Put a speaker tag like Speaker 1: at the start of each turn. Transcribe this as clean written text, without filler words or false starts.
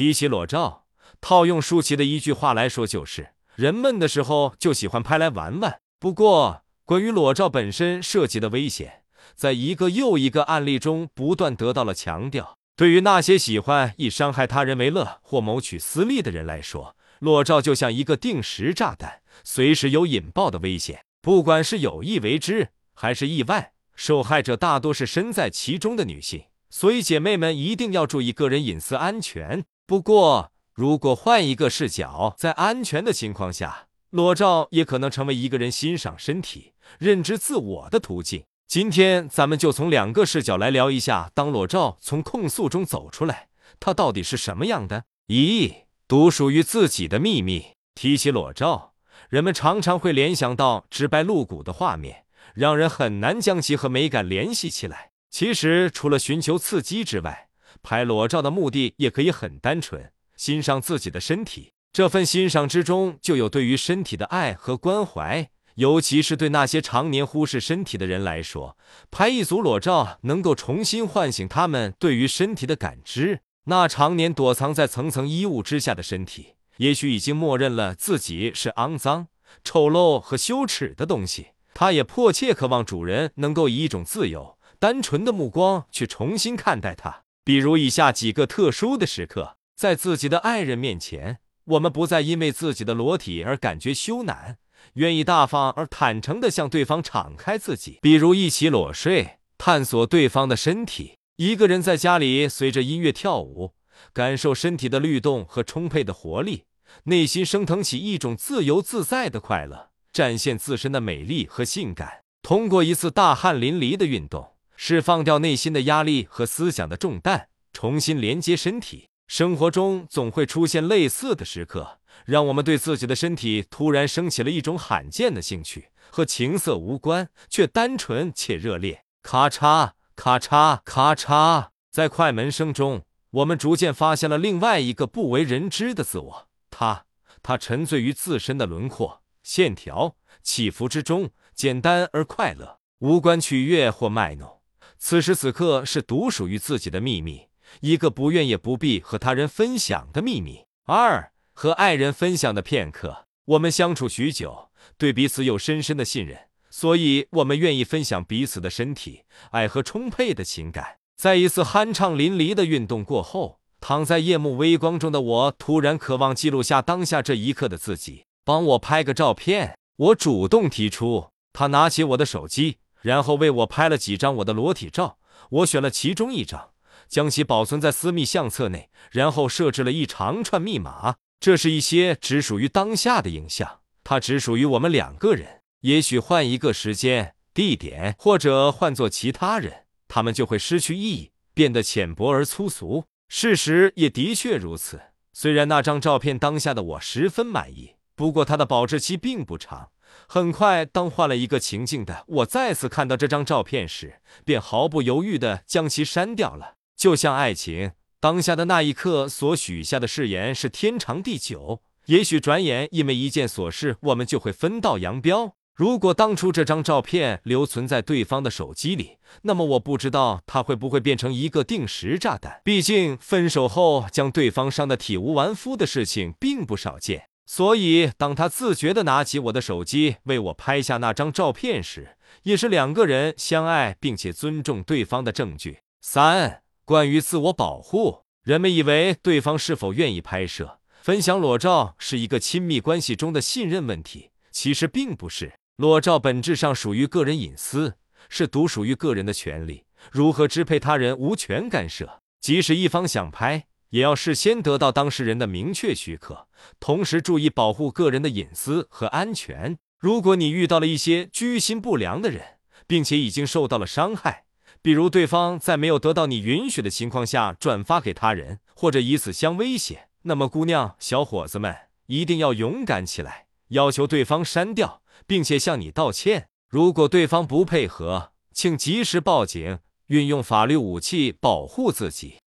Speaker 1: 比起裸照，套用舒淇的一句话来说，就是人们的时候就喜欢拍来玩玩。不过，关于裸照本身涉及的危险，在一个又一个案例中不断得到了强调。对于那些喜欢以伤害他人为乐或谋取私利的人来说，裸照就像一个定时炸弹，随时有引爆的危险。不管是有意为之还是意外，受害者大多是身在其中的女性，所以姐妹们一定要注意个人隐私安全。不过，如果换一个视角，在安全的情况下，裸照也可能成为一个人欣赏身体、认知自我的途径。今天咱们就从2个视角来聊一下，当裸照从控诉中走出来，它到底是什么样的？独属于自己的秘密。提起裸照，人们常常会联想到直白露骨的画面，让人很难将其和美感联系起来。其实，除了寻求刺激之外，拍裸照的目的也可以很单纯，欣赏自己的身体。这份欣赏之中，就有对于身体的爱和关怀。尤其是对那些常年忽视身体的人来说，拍一组裸照能够重新唤醒他们对于身体的感知。那常年躲藏在层层衣物之下的身体，也许已经默认了自己是肮脏、丑陋和羞耻的东西。他也迫切渴望主人能够以一种自由、单纯的目光去重新看待它。比如以下几个特殊的时刻，在自己的爱人面前，我们不再因为自己的裸体而感觉羞赧，愿意大方而坦诚地向对方敞开自己。比如一起裸睡，探索对方的身体；一个人在家里随着音乐跳舞，感受身体的律动和充沛的活力，内心升腾起一种自由自在的快乐，展现自身的美丽和性感。通过一次大汗淋漓的运动，释放掉内心的压力和思想的重担，重新连接身体。生活中总会出现类似的时刻，让我们对自己的身体突然升起了一种罕见的兴趣，和情色无关，却单纯且热烈。咔嚓咔嚓咔嚓，在快门声中，我们逐渐发现了另外一个不为人知的自我。他沉醉于自身的轮廓、线条、起伏之中，简单而快乐，无关取悦或卖弄。此时此刻是独属于自己的秘密，一个不愿也不必和他人分享的秘密。和爱人分享的片刻。我们相处许久，对彼此有深深的信任，所以我们愿意分享彼此的身体、爱和充沛的情感。在一次酣畅淋漓的运动过后，躺在夜幕微光中的我突然渴望记录下当下这一刻的自己。帮我拍个照片，我主动提出。他拿起我的手机，然后为我拍了几张我的裸体照。我选了其中一张，将其保存在私密相册内，然后设置了一长串密码。这是一些只属于当下的影像，它只属于我们2个人。也许换一个时间、地点，或者换作其他人，它们就会失去意义，变得浅薄而粗俗。事实也的确如此。虽然那张照片当下的我十分满意，不过它的保质期并不长。很快，当换了一个情境的我再次看到这张照片时，便毫不犹豫地将其删掉了。就像爱情，当下的那一刻所许下的誓言是天长地久，也许转眼因为一件琐事，我们就会分道扬镳。如果当初这张照片留存在对方的手机里，那么我不知道它会不会变成一个定时炸弹。毕竟分手后将对方伤得体无完肤的事情并不少见，所以当他自觉地拿起我的手机为我拍下那张照片时，也是2个人相爱并且尊重对方的证据。关于自我保护，人们以为对方是否愿意拍摄、分享裸照是一个亲密关系中的信任问题，其实并不是。裸照本质上属于个人隐私，是独属于个人的权利，如何支配他人无权干涉。即使一方想拍，也要事先得到当事人的明确许可，同时注意保护个人的隐私和安全。如果你遇到了一些居心不良的人，并且已经受到了伤害，比如对方在没有得到你允许的情况下转发给他人，或者以此相威胁，那么姑娘、小伙子们一定要勇敢起来，要求对方删掉，并且向你道歉。如果对方不配合，请及时报警，运用法律武器保护自己。